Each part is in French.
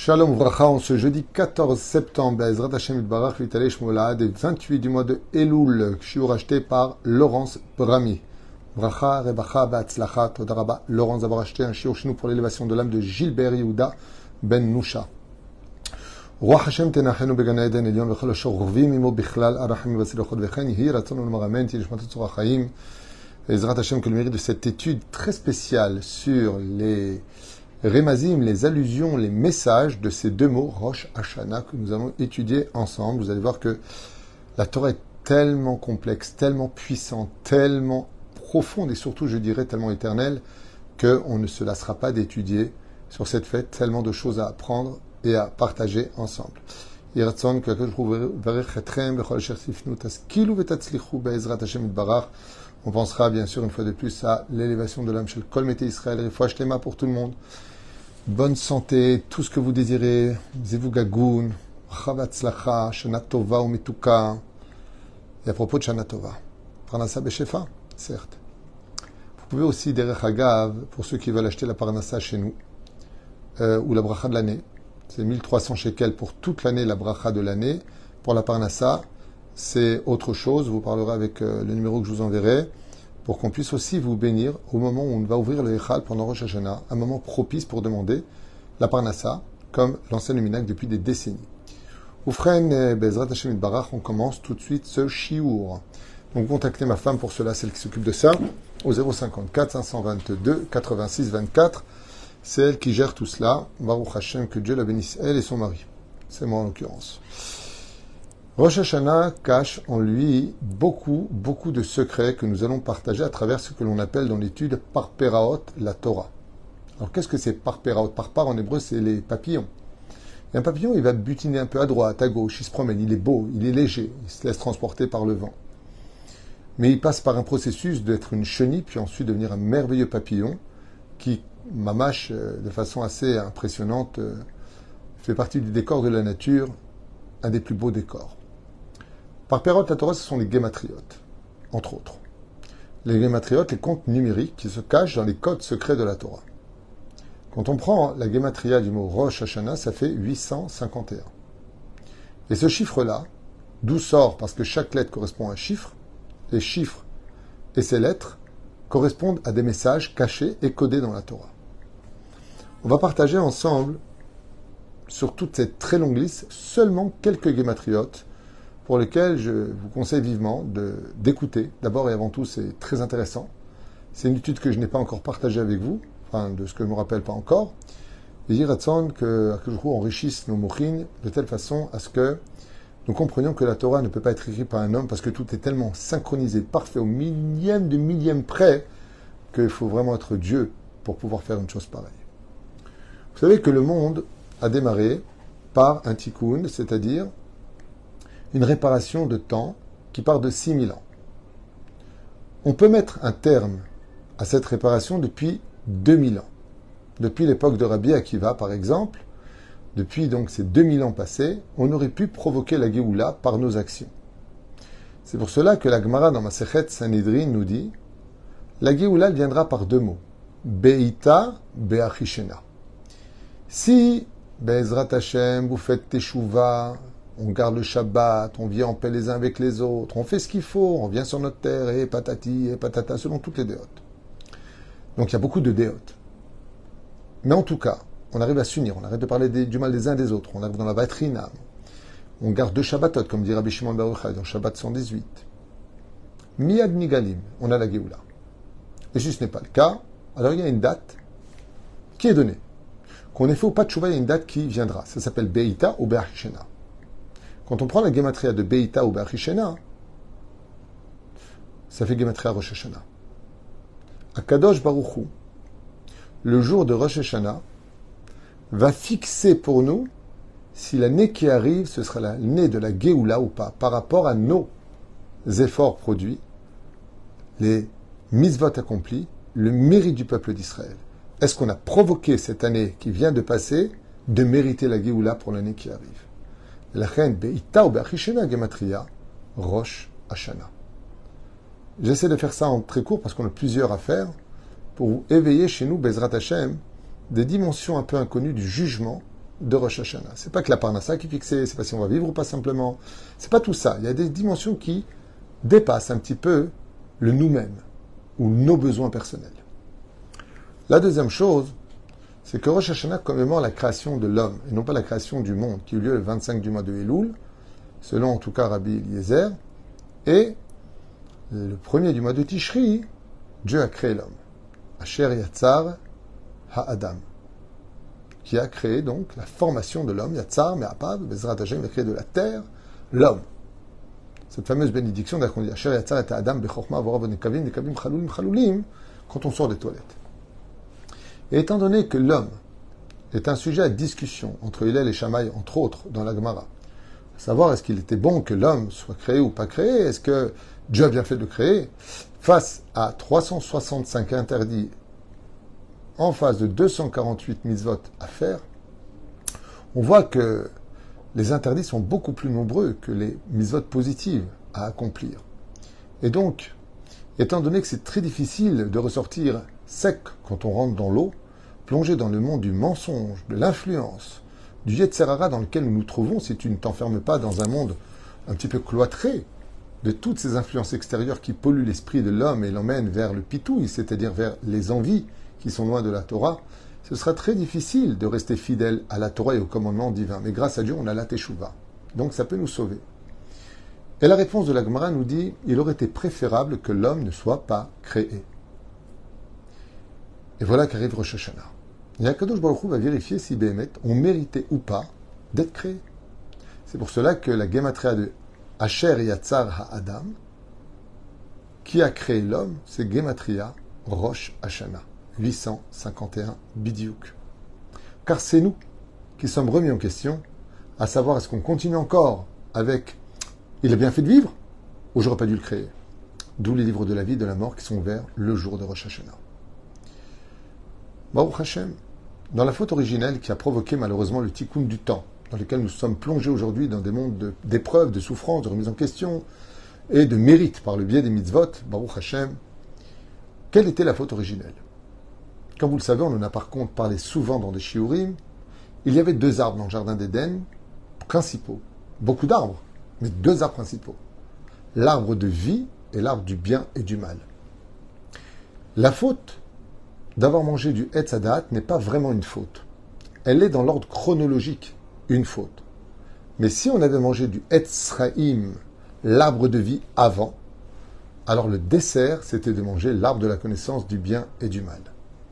Shalom Vracha, en ce jeudi 14 septembre, Bezrat Hashem Itbarach, Vitale Shmolad, et 28 du mois de Elul, shiur acheté par Laurence Brami. Vracha, Rebacha, Batzlacha, Todaraba. Laurence d'avoir acheté un shiur chez nous pour l'élévation de l'âme de Gilbert Yehuda Ben Nusha. Roi Hashem Tenachenu Began Eden Elion Vechol Ashor Rovim Imo Bichlal Arachim Vasilochot Vechen Hi Ratzon Ulmaramen Tilishmatot Zorachaim. Bezrat Hashem, que le mérite de cette étude très spéciale sur les Remazim, les allusions, les messages de ces deux mots, Rosh Hashanah, que nous allons étudier ensemble. Vous allez voir que la Torah est tellement complexe, tellement puissante, tellement profonde et surtout, je dirais, tellement éternelle qu'on ne se lassera pas d'étudier sur cette fête, tellement de choses à apprendre et à partager ensemble. On pensera bien sûr une fois de plus à l'élévation de l'âme chez le Kol Mete Israël, Refouach Shlema pour tout le monde. Bonne santé, tout ce que vous désirez, Zivug Hagun, Chavatzlacha, Shana Tova ou Mituka. Et à propos de Shana Tova, Parnassa Beshefa, certes. Vous pouvez aussi, derrière Hagav, pour ceux qui veulent acheter la Parnassa chez nous, ou la bracha de l'année, c'est 1300 shekels pour toute l'année, la bracha de l'année. Pour la Parnassa, c'est autre chose, vous parlerez avec le numéro que je vous enverrai, pour qu'on puisse aussi vous bénir au moment où on va ouvrir le Echal pendant Rosh Hashanah, un moment propice pour demander la Parnassa, comme l'enseigne le Minhag depuis des décennies. Oufren Bezrat Hashem Itbarach, on commence tout de suite ce shiur. Donc contactez ma femme pour cela, celle qui s'occupe de ça, au 054 522 86 24. C'est elle qui gère tout cela. Baruch Hashem, que Dieu la bénisse, elle et son mari. C'est moi en l'occurrence. Rosh Hashanah cache en lui beaucoup de secrets que nous allons partager à travers ce que l'on appelle dans l'étude Parperaot, la Torah. Alors qu'est-ce que c'est Parperaot? Parpar en hébreu, c'est les papillons. Et un papillon, il va butiner un peu à droite, à gauche, il se promène, il est beau, il est léger, il se laisse transporter par le vent. Mais il passe par un processus d'être une chenille, puis ensuite devenir un merveilleux papillon qui, mamache de façon assez impressionnante, fait partie du décor de la nature, un des plus beaux décors. Par Perot, la Torah, ce sont les gématriotes, entre autres. Les gématriotes, les comptes numériques qui se cachent dans les codes secrets de la Torah. Quand on prend la gématria du mot Rosh Hashanah, ça fait 851. Et ce chiffre-là, d'où sort, parce que chaque lettre correspond à un chiffre, les chiffres et ces lettres correspondent à des messages cachés et codés dans la Torah. On va partager ensemble, sur toute cette très longue liste, seulement quelques gématriotes pour lesquels je vous conseille vivement d'écouter. D'abord et avant tout, c'est très intéressant. C'est une étude que je n'ai pas encore partagée avec vous, enfin de ce que je ne me rappelle pas encore. Et dire que je enrichisse nos mochines de telle façon à ce que nous comprenions que la Torah ne peut pas être écrite par un homme parce que tout est tellement synchronisé, parfait, au millième de millième près, qu'il faut vraiment être Dieu pour pouvoir faire une chose pareille. Vous savez que le monde a démarré par un tikkun, c'est-à-dire une réparation de temps qui part de 6000 ans. On peut mettre un terme à cette réparation depuis 2000 ans. Depuis l'époque de Rabbi Akiva, par exemple, depuis donc ces 2000 ans passés, on aurait pu provoquer la Géoula par nos actions. C'est pour cela que la Gemara dans Masechet Sanhedrin nous dit la Géoula viendra par deux mots, Be'ita, Be'achishena. Si, Be'ezrat Hashem, vous faites Teshuvah, on garde le Shabbat, on vit en paix les uns avec les autres, on fait ce qu'il faut, on vient sur notre terre, et patati, et patata, selon toutes les déotes. Donc il y a beaucoup de déotes. Mais en tout cas, on arrive à s'unir, on arrête de parler du mal des uns des autres, on arrive dans la Vatrina, on garde deux Shabbatot, comme dit Rabbi Shimon Bar Yochai, dans Shabbat 118. Miyad Nigalim, on a la Géoula. Et si ce n'est pas le cas, alors il y a une date qui est donnée. Qu'on ait fait ou pas de Tchouva, il y a une date qui viendra. Ça s'appelle Be'ita ou Be'achishena. Quand on prend la Gematria de Be'ita ou Be'achishena, ça fait Gematria Rosh Hashanah. Akadosh Baruch Hu, le jour de Rosh Hashanah, va fixer pour nous si l'année qui arrive, ce sera l'année de la Géoula ou pas, par rapport à nos efforts produits, les mitzvot accomplis, le mérite du peuple d'Israël. Est-ce qu'on a provoqué cette année qui vient de passer de mériter la Géoula pour l'année qui arrive? La reine Be'ita ou Be'achishena Gematria, Rosh Hashanah. J'essaie de faire ça en très court parce qu'on a plusieurs à faire pour vous éveiller chez nous, Bezrat Hashem, des dimensions un peu inconnues du jugement de Rosh Hashanah. C'est pas que la parnassa qui est fixée, c'est pas si on va vivre ou pas simplement. C'est pas tout ça. Il y a des dimensions qui dépassent un petit peu le nous-mêmes ou nos besoins personnels. La deuxième chose, c'est que Rosh Hashanah commémore la création de l'homme et non pas la création du monde qui eut lieu le 25 du mois de Elul, selon en tout cas Rabbi Eliezer, et le premier du mois de Tishri, Dieu a créé l'homme. Asher Yatzar Ha'adam, qui a créé donc la formation de l'homme. Yatzar, Me'apav, Bezrat Hashem, il a créé de la terre l'homme. Cette fameuse bénédiction, d'ailleurs qu'on dit Asher Yatzar et Ha'adam, Bechorma, Avorav, Nekavim, Nekavim, Chalulim, Chalulim, quand on sort des toilettes. Et étant donné que l'homme est un sujet à discussion entre Hillel et Shammai, entre autres, dans la Gemara, à savoir est-ce qu'il était bon que l'homme soit créé ou pas créé, est-ce que Dieu a bien fait de le créer, face à 365 interdits, en face de 248 mitzvot à faire, on voit que les interdits sont beaucoup plus nombreux que les mitzvot positives à accomplir. Et donc, étant donné que c'est très difficile de ressortir sec quand on rentre dans l'eau, plongé dans le monde du mensonge, de l'influence, du Yetzer Hara dans lequel nous nous trouvons, si tu ne t'enfermes pas dans un monde un petit peu cloîtré de toutes ces influences extérieures qui polluent l'esprit de l'homme et l'emmènent vers le pitouille, c'est-à-dire vers les envies qui sont loin de la Torah, ce sera très difficile de rester fidèle à la Torah et au commandement divin. Mais grâce à Dieu, on a la Teshuvah. Donc ça peut nous sauver. Et la réponse de la Gemara nous dit, il aurait été préférable que l'homme ne soit pas créé. Et voilà qu'arrive Rosh Hashanah. Et Akadosh Baruch Hu va vérifier si Béhémet ont mérité ou pas d'être créés. C'est pour cela que la Gematria de Asher Yatzar Ha'adam, qui a créé l'homme, c'est Gematria Rosh Hashanah, 851 Bidiouk. Car c'est nous qui sommes remis en question, à savoir est-ce qu'on continue encore avec « il a bien fait de vivre » ou « j'aurais pas dû le créer ». D'où les livres de la vie et de la mort qui sont ouverts le jour de Rosh Hashanah. Baruch Hashem, dans la faute originelle qui a provoqué malheureusement le tikkun du temps, dans lequel nous sommes plongés aujourd'hui dans des mondes d'épreuves, de souffrances, de remise en question et de mérite par le biais des mitzvot, Baruch Hashem, quelle était la faute originelle? Comme vous le savez, on en a par contre parlé souvent dans des shiurim, il y avait deux arbres dans le jardin d'Éden, principaux, beaucoup d'arbres, mais deux arbres principaux, l'arbre de vie et l'arbre du bien et du mal. La faute d'avoir mangé du Etz Hadat n'est pas vraiment une faute. Elle est dans l'ordre chronologique une faute. Mais si on avait mangé du Etz Chaim, l'arbre de vie, avant, alors le dessert, c'était de manger l'arbre de la connaissance du bien et du mal.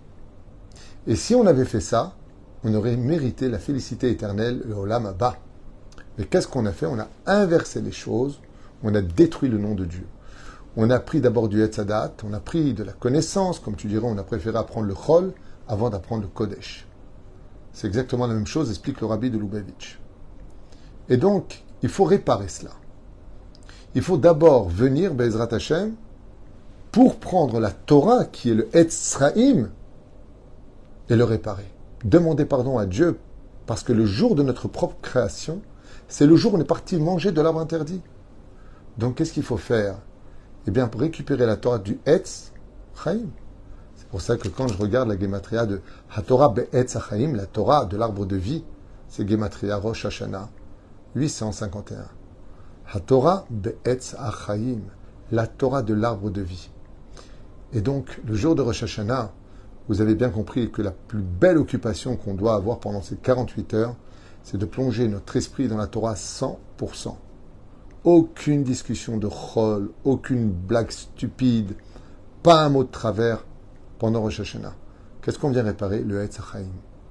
Et si on avait fait ça, on aurait mérité la félicité éternelle, le Olam Haba. Mais qu'est-ce qu'on a fait? On a inversé les choses, on a détruit le nom de Dieu. On a pris d'abord du Etz Hadat, on a pris de la connaissance, comme tu dirais, on a préféré apprendre le Chol avant d'apprendre le Kodesh. C'est exactement la même chose, explique le Rabbi de Lubavitch. Et donc, il faut réparer cela. Il faut d'abord venir, Be'ezrat Hashem, pour prendre la Torah, qui est le Etz Chaim, et le réparer. Demander pardon à Dieu, parce que le jour de notre propre création, c'est le jour où on est parti manger de l'arbre interdit. Donc, qu'est-ce qu'il faut faire? Eh bien, pour récupérer la Torah du Etz Chaim. C'est pour ça que quand je regarde la Gematria de HaTorah Be'etz HaChaim, la Torah de l'arbre de vie, c'est Gematria Rosh Hashanah, 851. HaTorah Be'etz HaChaim, la Torah de l'arbre de vie. Et donc, le jour de Rosh Hashanah, vous avez bien compris que la plus belle occupation qu'on doit avoir pendant ces 48 heures, c'est de plonger notre esprit dans la Torah 100%. Aucune discussion de chol, aucune blague stupide, pas un mot de travers pendant Rosh Hashanah. Qu'est-ce qu'on vient réparer? Le Etz Chaim.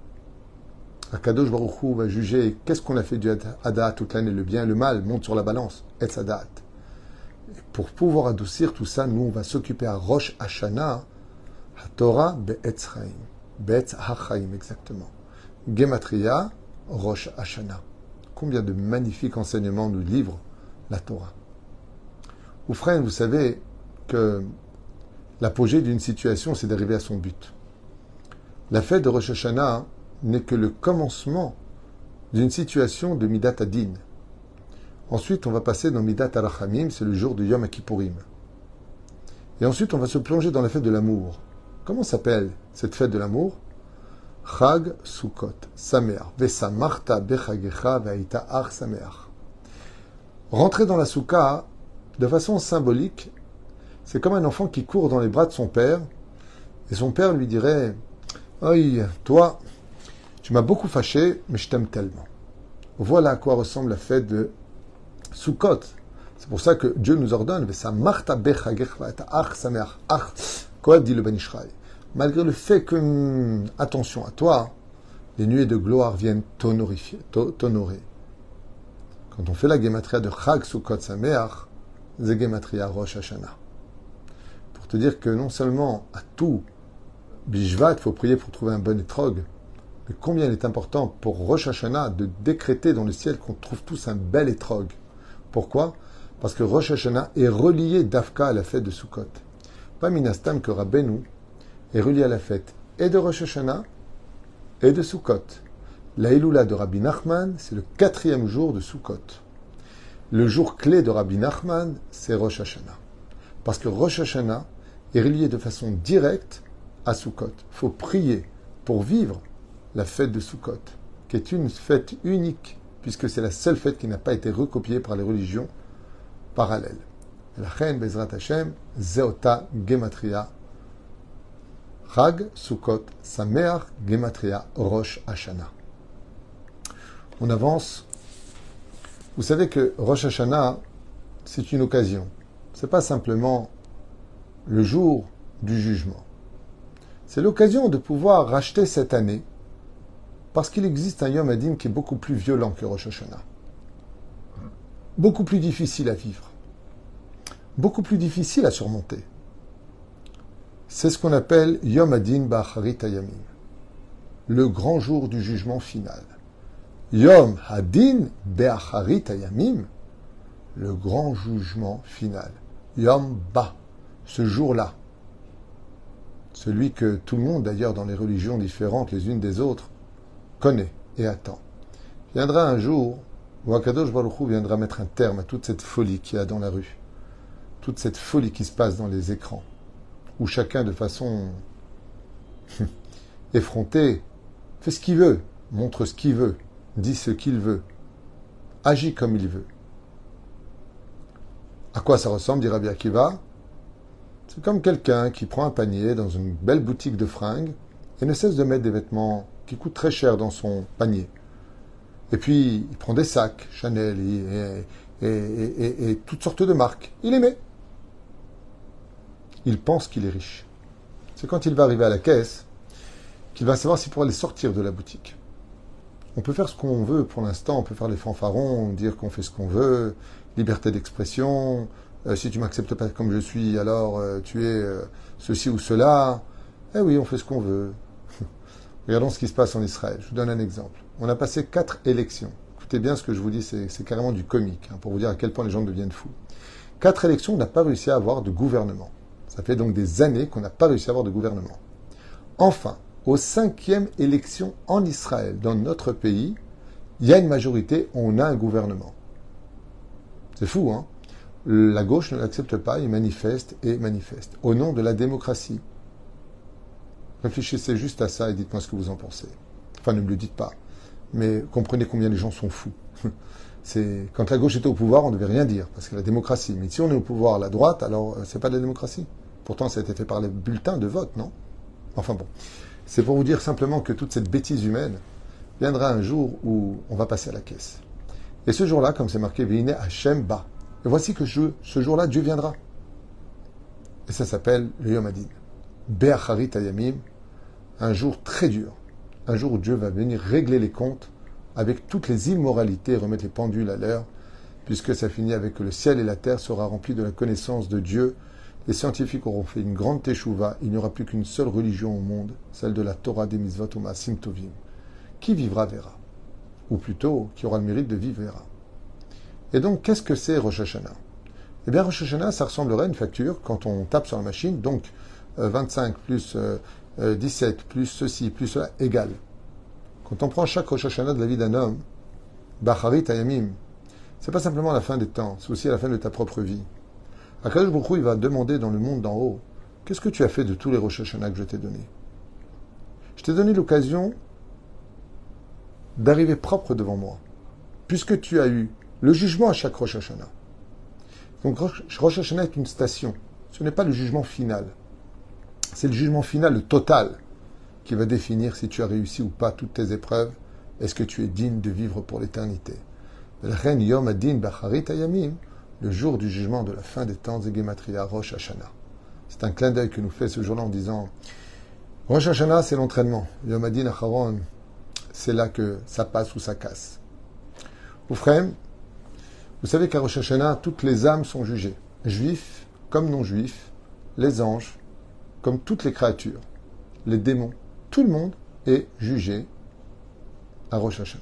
Akadosh Baruch Hu va juger qu'est-ce qu'on a fait du Hadat toute l'année, le bien et le mal monte sur la balance. Etz Hadat. Pour pouvoir adoucir tout ça, nous on va s'occuper à Rosh Hashanah, à Torah Be'etz Chaim. Be'etz HaChaim exactement. Gematria Rosh Hashanah. Combien de magnifiques enseignements nous livre la Torah. Ou frère, vous savez que l'apogée d'une situation, c'est d'arriver à son but. La fête de Rosh Hashanah n'est que le commencement d'une situation de Midat Adin. Ensuite, on va passer dans Midat Arachamim, c'est le jour de Yom Kippourim. Et ensuite, on va se plonger dans la fête de l'amour. Comment s'appelle cette fête de l'amour? Chag Sukkot Sameach Vesamarta Bechagecha Ve'aita Ach Sameach. Rentrer dans la soukha de façon symbolique, c'est comme un enfant qui court dans les bras de son père, et son père lui dirait « Oui, toi, tu m'as beaucoup fâché, mais je t'aime tellement. » Voilà à quoi ressemble la fête de Sukkot. C'est pour ça que Dieu nous ordonne Vesamarta Bechagecha Ve'aita Ach Sameach. Ach, quoi dit le Ben Ishraï? Malgré le fait que, attention à toi, les nuées de gloire viennent t'honorer. Quand on fait la gematria de Chag Sukkot Sameach, c'est gematria Rosh Hashanah. Pour te dire que non seulement à tout Bishvat, il faut prier pour trouver un bon étrog, mais combien il est important pour Rosh Hashanah de décréter dans le ciel qu'on trouve tous un bel étrog. Pourquoi? Parce que Rosh Hashanah est relié d'Afka à la fête de Sukkot. Pas Minastam que Rabbeinu est relié à la fête et de Rosh Hashanah et de Sukkot. La Iloula de Rabbi Nachman, c'est le 4e jour de Sukkot. Le jour clé de Rabbi Nachman, c'est Rosh Hashanah. Parce que Rosh Hashanah est relié de façon directe à Sukkot. Il faut prier pour vivre la fête de Sukkot, qui est une fête unique, puisque c'est la seule fête qui n'a pas été recopiée par les religions parallèles. La Chen Bezrat Hashem, Zeota Gematria Chag Sukkot Sameach Gematria Rosh Hashanah. On avance. Vous savez que Rosh Hashanah, c'est une occasion. Ce n'est pas simplement le jour du jugement. C'est l'occasion de pouvoir racheter cette année, parce qu'il existe un Yom Hadin qui est beaucoup plus violent que Rosh Hashanah. Beaucoup plus difficile à vivre. Beaucoup plus difficile à surmonter. C'est ce qu'on appelle Yom Hadin Ba'acharit Hayamim, le grand jour du jugement final. Yom Hadin Ba'acharit Hayamim, le grand jugement final. Yom Ba, ce jour-là. Celui que tout le monde, d'ailleurs, dans les religions différentes les unes des autres, connaît et attend. Viendra un jour où Akadosh Baruch Hu viendra mettre un terme à toute cette folie qu'il y a dans la rue, toute cette folie qui se passe dans les écrans, où chacun, de façon effrontée, fait ce qu'il veut, montre ce qu'il veut, dit ce qu'il veut, agit comme il veut. À quoi ça ressemble, dit Rabbi Akiva? C'est comme quelqu'un qui prend un panier dans une belle boutique de fringues et ne cesse de mettre des vêtements qui coûtent très cher dans son panier. Et puis, il prend des sacs, Chanel et toutes sortes de marques. Il les met. Il pense qu'il est riche. C'est quand il va arriver à la caisse qu'il va savoir s'il pourra les sortir de la boutique. On peut faire ce qu'on veut pour l'instant, on peut faire les fanfarons, dire qu'on fait ce qu'on veut, liberté d'expression, si tu ne m'acceptes pas comme je suis, alors tu es ceci ou cela. Eh oui, on fait ce qu'on veut. Regardons ce qui se passe en Israël. Je vous donne un exemple. On a passé 4 élections. Écoutez bien ce que je vous dis, c'est carrément du comique, pour vous dire à quel point les gens deviennent fous. 4 élections, on n'a pas réussi à avoir de gouvernement. Ça fait donc des années qu'on n'a pas réussi à avoir de gouvernement. Enfin, aux 5e élection en Israël, dans notre pays, il y a une majorité, on a un gouvernement. C'est fou, hein? La gauche ne l'accepte pas, il manifeste et manifeste. Au nom de la démocratie. Réfléchissez juste à ça et dites-moi ce que vous en pensez. Enfin, ne me le dites pas. Mais comprenez combien les gens sont fous. Quand la gauche était au pouvoir, on ne devait rien dire, parce que la démocratie. Mais si on est au pouvoir à la droite, alors c'est pas de la démocratie. Pourtant, ça a été fait par les bulletins de vote, non? Enfin bon. C'est pour vous dire simplement que toute cette bêtise humaine viendra un jour où on va passer à la caisse. Et ce jour-là, comme c'est marqué, Veine Hashem Ba. Et voici que ce jour-là, Dieu viendra. Et ça s'appelle le Yom Hadin. Be'acharit Hayamim, un jour très dur. Un jour où Dieu va venir régler les comptes avec toutes les immoralités, remettre les pendules à l'heure, puisque ça finit avec que le ciel et la terre sera remplis de la connaissance de Dieu. Les scientifiques auront fait une grande teshuva. Il n'y aura plus qu'une seule religion au monde, celle de la Torah des Mitzvot ou Maasim Tovim. Qui vivra verra. Ou plutôt, qui aura le mérite de vivre verra. Et donc, qu'est-ce que c'est Rosh Hashanah? Eh bien, Rosh Hashanah, ça ressemblerait à une facture quand on tape sur la machine. Donc, 25 plus 17 plus ceci plus cela égale. Quand on prend chaque Rosh Hashanah de la vie d'un homme, Bacharit Hayamim, c'est pas simplement la fin des temps, c'est aussi la fin de ta propre vie. Akadosh Baruch Hu, il va demander dans le monde d'en haut, qu'est-ce que tu as fait de tous les Rosh Hashanah que je t'ai donnés? Je t'ai donné l'occasion d'arriver propre devant moi, puisque tu as eu le jugement à chaque Rosh Hashanah. Donc Rosh Hashanah est une station, ce n'est pas le jugement final. C'est le jugement final, le total, qui va définir si tu as réussi ou pas toutes tes épreuves. Est-ce que tu es digne de vivre pour l'éternité? Yom Adin Bacharit Ayamim, le jour du jugement de la fin des temps, et Gematria Rosh Hashanah. C'est un clin d'œil que nous fait ce jour-là en disant Rosh Hashanah, c'est l'entraînement. Yom Adin Acharon, c'est là que ça passe ou ça casse. Oufrem, vous savez qu'à Rosh Hashanah, toutes les âmes sont jugées, juifs comme non-juifs, les anges comme toutes les créatures, les démons, tout le monde est jugé à Rosh Hashanah.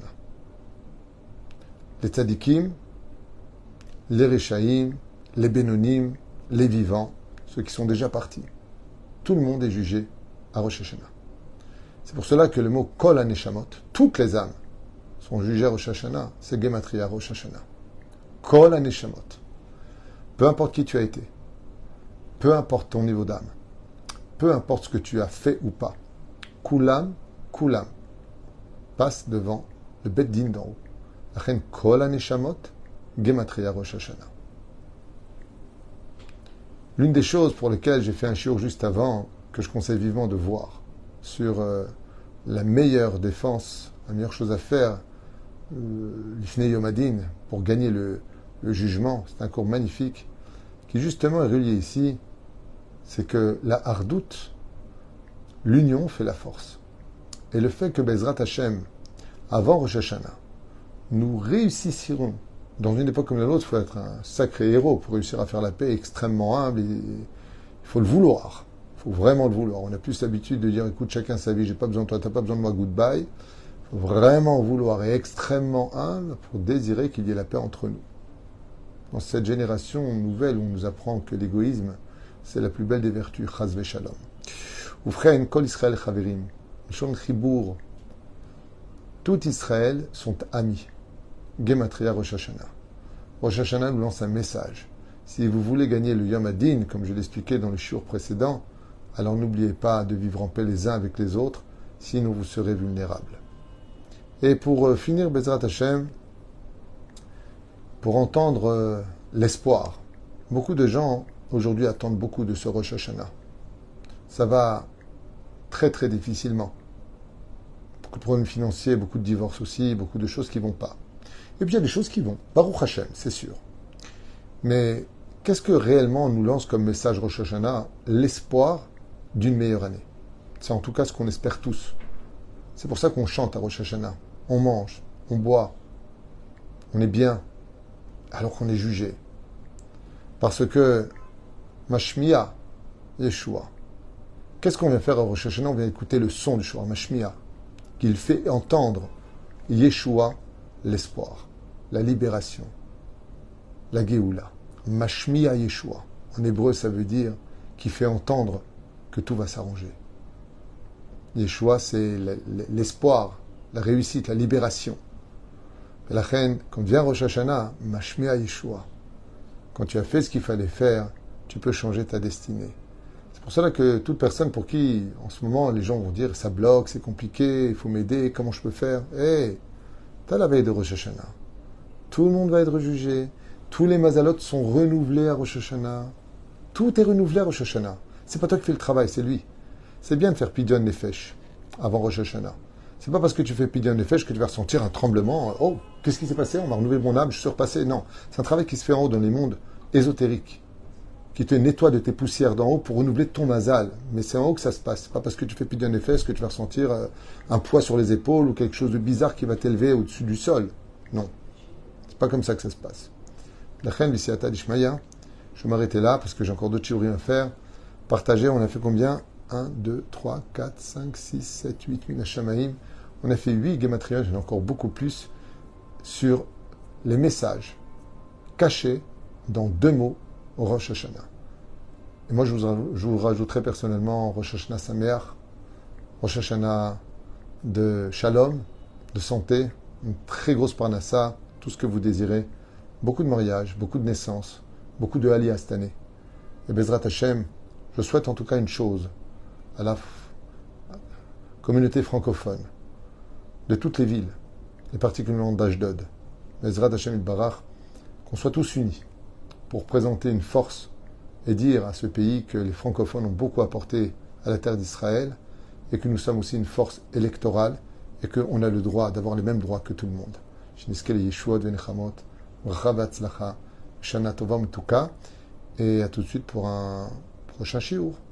Les tzadikim, les rechaïm, les bénonim, les vivants, ceux qui sont déjà partis. Tout le monde est jugé à Rosh Hashanah. C'est pour cela que le mot Kol HaNeshamot, toutes les âmes, sont jugées à Rosh Hashanah, c'est Gematria Rosh Hashanah. Kol HaNeshamot. Peu importe qui tu as été, peu importe ton niveau d'âme, peu importe ce que tu as fait ou pas, Kulam, passe devant le Bet Din d'en haut. La reine Kol HaNeshamot, Gematria Rosh Hashanah. L'une des choses pour lesquelles j'ai fait un shiur juste avant, que je conseille vivement de voir, sur la meilleure défense, la meilleure chose à faire, l'Ifnei Yom Adin, pour gagner le jugement, c'est un cours magnifique, qui justement est relié ici, c'est que la hardout, l'union fait la force. Et le fait que Bezrat Hashem, avant Rosh Hashanah, nous réussirons, dans une époque comme la nôtre, il faut être un sacré héros pour réussir à faire la paix, extrêmement humble, il faut le vouloir. Il faut vraiment le vouloir. On a plus l'habitude de dire, écoute, chacun sa vie, j'ai pas besoin de toi, t'as pas besoin de moi, goodbye. Il faut vraiment vouloir et extrêmement humble pour désirer qu'il y ait la paix entre nous. Dans cette génération nouvelle où on nous apprend que l'égoïsme, c'est la plus belle des vertus, chas v'shalom. Ufrein kol Israël chaverim, shon chibour, tout Israël sont amis. Gematria Rosh Hashanah. Rosh Hashanah nous lance un message. Si vous voulez gagner le Yom Adin, comme je l'expliquais dans le shiur précédent, alors n'oubliez pas de vivre en paix les uns avec les autres, sinon vous serez vulnérables. Et pour finir, Bezrat Hashem, pour entendre l'espoir, beaucoup de gens aujourd'hui attendent beaucoup de ce Rosh Hashanah. Ça va très très difficilement. Beaucoup de problèmes financiers, beaucoup de divorces aussi, beaucoup de choses qui ne vont pas. Et puis il y a des choses qui vont. Baruch Hashem, c'est sûr. Mais qu'est-ce que réellement nous lance comme message Rosh Hashanah? L'espoir d'une meilleure année. C'est en tout cas ce qu'on espère tous. C'est pour ça qu'on chante à Rosh Hashanah. On mange, on boit, on est bien, alors qu'on est jugé. Parce que Mashmiya, Yeshua. Qu'est-ce qu'on vient faire à Rosh Hashanah? On vient écouter le son du Shua, Mashmiya, qu'il fait entendre Yeshua, l'espoir, la libération, la Géoula. Mashmiya Yeshua. En hébreu, ça veut dire qui fait entendre que tout va s'arranger. Yeshua, c'est l'espoir, la réussite, la libération. Et la reine, quand vient Rosh Hashanah, Mashmiya Yeshua. Quand tu as fait ce qu'il fallait faire, tu peux changer ta destinée. C'est pour cela que toute personne pour qui, en ce moment, les gens vont dire ça bloque, c'est compliqué, il faut m'aider, comment je peux faire? T'as la veille de Rosh Hashanah. Tout le monde va être jugé. Tous les mazalot sont renouvelés à Rosh Hashanah. Tout est renouvelé à Rosh Hashanah. C'est pas toi qui fais le travail, c'est lui. C'est bien de faire Pidyon Nefesh avant Rosh Hashanah. C'est pas parce que tu fais Pidyon Nefesh que tu vas ressentir un tremblement. Oh, qu'est-ce qui s'est passé? On m'a renouvelé mon âme, je suis repassé. Non, c'est un travail qui se fait en haut dans les mondes ésotériques, qui te nettoie de tes poussières d'en haut pour renouveler ton mazal. Mais c'est en haut que ça se passe. C'est pas parce que tu fais Pidyon Nefesh que tu vas ressentir un poids sur les épaules ou quelque chose de bizarre qui va t'élever au-dessus du sol. Non, c'est pas comme ça que ça se passe. La reine Vissiata d'Ishmaïa, je vais m'arrêter là parce que j'ai encore d'autres théories à faire. Partager, on a fait combien? 1, 2, 3, 4, 5, 6, 7, 8 Minashamaïm. On a fait 8 Gematria, j'en ai encore beaucoup plus, sur les messages cachés dans 2 mots au Rosh Hashanah. Et moi, je vous rajouterai personnellement Rosh Hashanah Sameach, Rosh Hashanah de Shalom, de santé, une très grosse parnassa, tout ce que vous désirez. Beaucoup de mariages, beaucoup de naissances, beaucoup de Aliyah cette année. Et Bezrat Hashem, je souhaite en tout cas une chose. communauté francophone, de toutes les villes, et particulièrement d'Ashdod, Ezrat Hashem Itbarach, qu'on soit tous unis pour présenter une force et dire à ce pays que les francophones ont beaucoup apporté à la terre d'Israël et que nous sommes aussi une force électorale et qu'on a le droit d'avoir les mêmes droits que tout le monde. Et à tout de suite pour un prochain shiur.